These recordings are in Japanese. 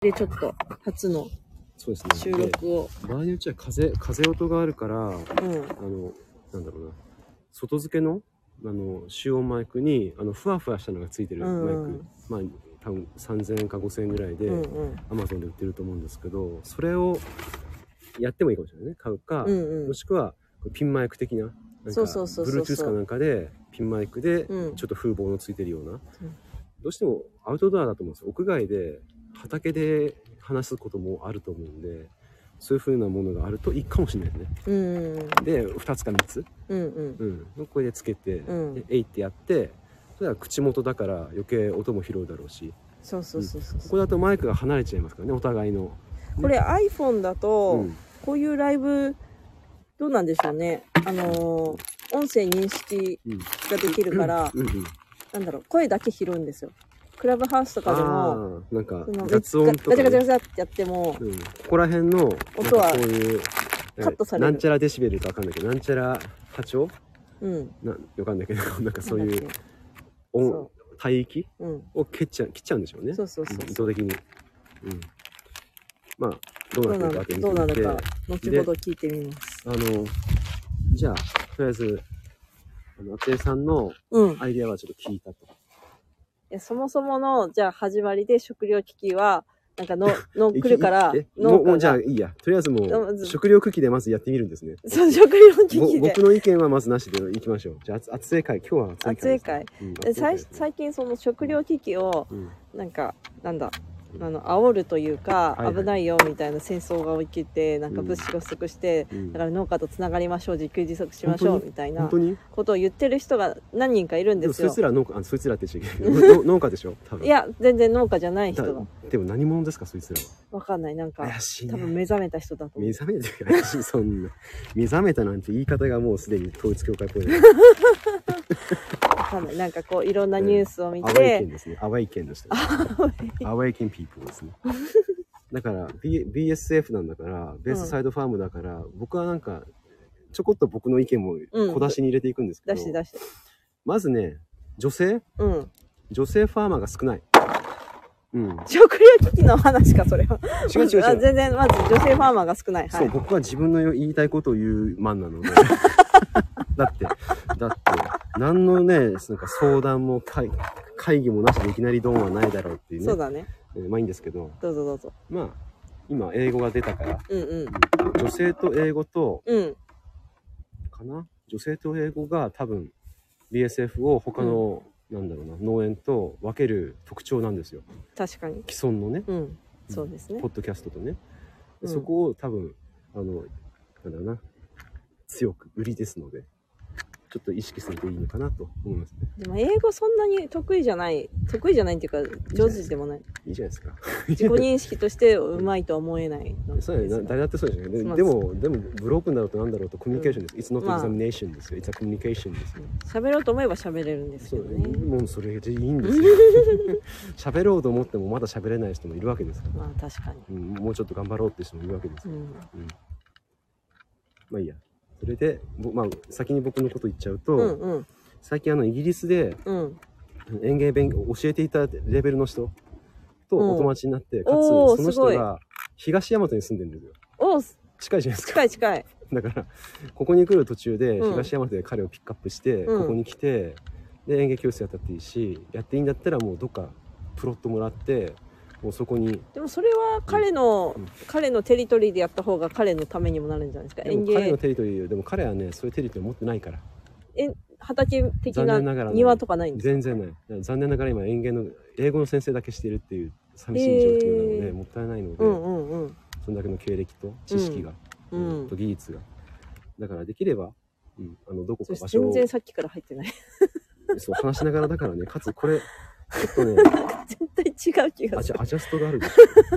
でちょっと初のそうですね。 収録を。 場合によっちゃ風音があるから、なんだろうな、外付けの集音マイクにふわふわしたのがついてるマイク、まあ多分3000円か5000円ぐらいで Amazon で売ってると思うんですけど、それをやってもいいかもしれないね。買うか、もしくはピンマイク的な、なんか Bluetooth かなんかでピンマイクでちょっと風防のついてるような、どうしてもアウトドアだと思うんですよ。屋外で畑で話すこともあると思うんで、そういう風なものがあるといいかもしれないね。で2つか3つ、これでつけて、えいってやって、それは口元だから余計音も拾うだろうし、ここだとマイクが離れちゃいますからね、お互いの、ね。 これ iPhone だと、こういうライブどうなんでしょうね。音声認識ができるから、なんだろう、声だけ拾うんですよ。クラブハウスとかでも、 なんか雑音とか、 ガチャガチャガチャってやっても、 ここら辺の音はこういうカットされる。 なんちゃらデシベルかわかんないけど、なんちゃら波長、わかんないけど、なんかそういう帯域を切っちゃうんでしょうね。意図的に。まあどうなるか後にどうなるか後ほど聞いてみます。 じゃあとりあえず厚江さんのアイデアはちょっと聞いたと。 そもそものじゃあ始まりで食料危機はなんか来るからもうじゃあいいや、とりあえずもう食料危機でまずやってみるんですね。 そう、食料危機で僕の意見はまずなしでいきましょう。じゃあ厚江会、今日は厚江会、最近その食料危機をなんかなんだ煽るというか、危ないよみたいな戦争が起きて、なんか物資が不足して、だから農家とつながりましょう、自給自足しましょうみたいなことを言ってる人が何人かいるんですよ。 そいつらって農家でしょ多分。 いや全然農家じゃない人だ。 でも何者ですかそいつらは。 わかんない、なんか怪しいね。 多分目覚めた人だと思う。 目覚めた怪しい、そんな目覚めたなんて言い方がもうすでに統一教会っぽいね。 わかんない、なんかこういろんなニュースを見て、 アウェイケンですね。アウェイケンの人。アウェイケンピープルですね。だから、BSF なんだから、ベースサイドファームだから、僕はなんかちょこっと僕の意見も小出しに入れていくんですけど、 出してまずね、女性ファーマーが少ない。 食料危機の話かそれは。 違う。 全然まず女性ファーマーが少ない。 そう、僕は自分の言いたいことを言うマンなので。だって何のね、なんか相談も会議もなしでいきなりドンはないだろうっていうね。 そうだね。 まあいいんですけど。 どうぞ。 まあ今英語が出たから、女性と英語とかな。女性と英語が多分 BSF を他の、なんだろうな、農園と分ける特徴なんですよ。 確かに。 既存のね。 そうですね。 ポッドキャストとね。そこを多分なんだろうな、強く売りですので、ちょっと意識するといいのかなと思いますね。 でも英語そんなに得意じゃないっていうか上手でもない。 いいじゃないですか。 自己認識としてうまいとは思えない。 そうやね。誰だってそうですよね。でもブロークンだろうとなんだろうとコミュニケーションです。It's not examination ですよ。It's a communication ですよ。 喋ろうと思えば喋れるんですけどね。 もうそれでいいんですよ。喋ろうと思ってもまだ喋れない人もいるわけですから。 まあ確かに。 もうちょっと頑張ろうって人もいるわけですよ。まあいいや。それで、まあ、先に僕のこと言っちゃうと、最近イギリスで、園芸勉強教えていたレベルの人とお友達になって、かつその人が東大和に住んでるんですよ。近いじゃないですか。 近い。 だからここに来る途中で東大和で彼をピックアップして、ここに来て、で園芸教室やったっていいし、やっていいんだったらもうどっかプロットもらって。もうそこにでもそれは彼のテリトリーでやった方が彼のためにもなるんじゃないですか。園芸彼のテリトリーでも彼はね、そういうテリトリー持ってないから。 畑的な庭とかないんですか？ 全然ない。残念ながら今園芸の英語の先生だけしてるっていう寂しい状況なので、もったいないので、そんだけの経歴と知識が、と技術が、だからできれば、どこか場所を全然さっきから入ってない。 そう話しながらだからね、かつこれちょっとね、 絶対違う気がする。 アジャストがあるでし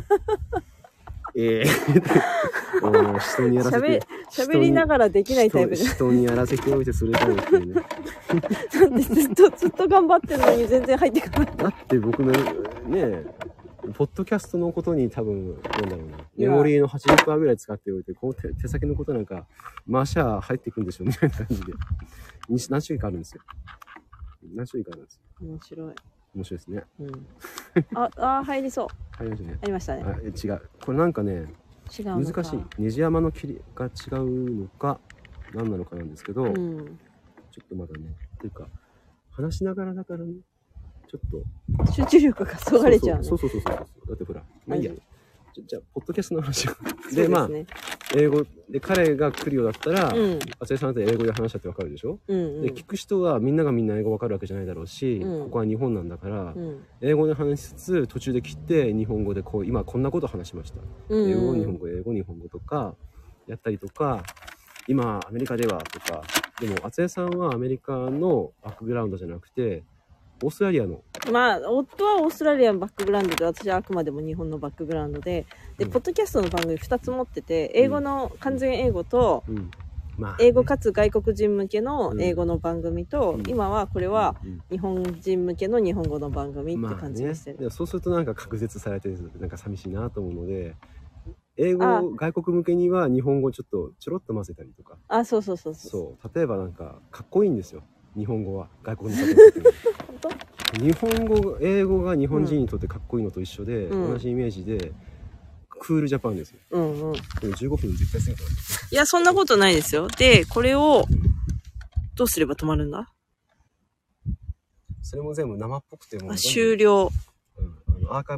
ょ。人にやらせて喋りながらできないタイプじゃん。 人にやらせておいてそれだよっていうね。 なんでずっと頑張ってるのに全然入ってこない。 だって僕のね、ポッドキャストのことに多分なんだろうな、メモリーの 80% ぐらい使っておいて、この手先のことなんか回しゃ入っていくんでしょみたいな感じで何種類かあるんですよ。何種類かあるんですよ。 面白い。 面白いですね。 うん。入りそう。 入りましたね。 ありましたね。 違う。これなんかね、 違うのか。 難しい。ネジ山の切りが違うのか、何なのかなんですけど、ちょっとまだね、っていうか、話しながらだからね、ちょっと。 集中力がそがれちゃうね。 そう。だってほら、まあいいや。じゃあ、ポッドキャストの話を。 で、 まあ、英語で彼が来るようだったら、あつえさんだって英語で話したってわかるでしょ、で、聞く人はみんながみんな英語わかるわけじゃないだろうし、ここは日本なんだから、英語で話しつつ、途中で切って日本語で今こんなこと話しました。英語、日本語、英語、日本語とか、やったりとか、今、アメリカではとか、でも、あつえさんはアメリカのバックグラウンドじゃなくて、オーストラリアの。 まあ、夫はオーストラリアのバックグラウンドで、私はあくまでも日本のバックグラウンドで、ポッドキャストの番組2つ持ってて、英語の完全英語と、英語かつ外国人向けの英語の番組と、今はこれは日本人向けの日本語の番組って感じにしてる。 そうするとなんか隔絶されてなんか寂しいなと思うので、英語外国向けには日本語ちょろっと混ぜたりとか。 そう。 例えばなんかかっこいいんですよ。日本語は外国の方にとって。英語が日本人にとってかっこいいのと一緒で、同じイメージでクールジャパンですよ。でも15分絶対過ぎた。 いや、そんなことないですよ。で、これをどうすれば止まるんだ？ それも全部生っぽくても。 終了。 アーカイブ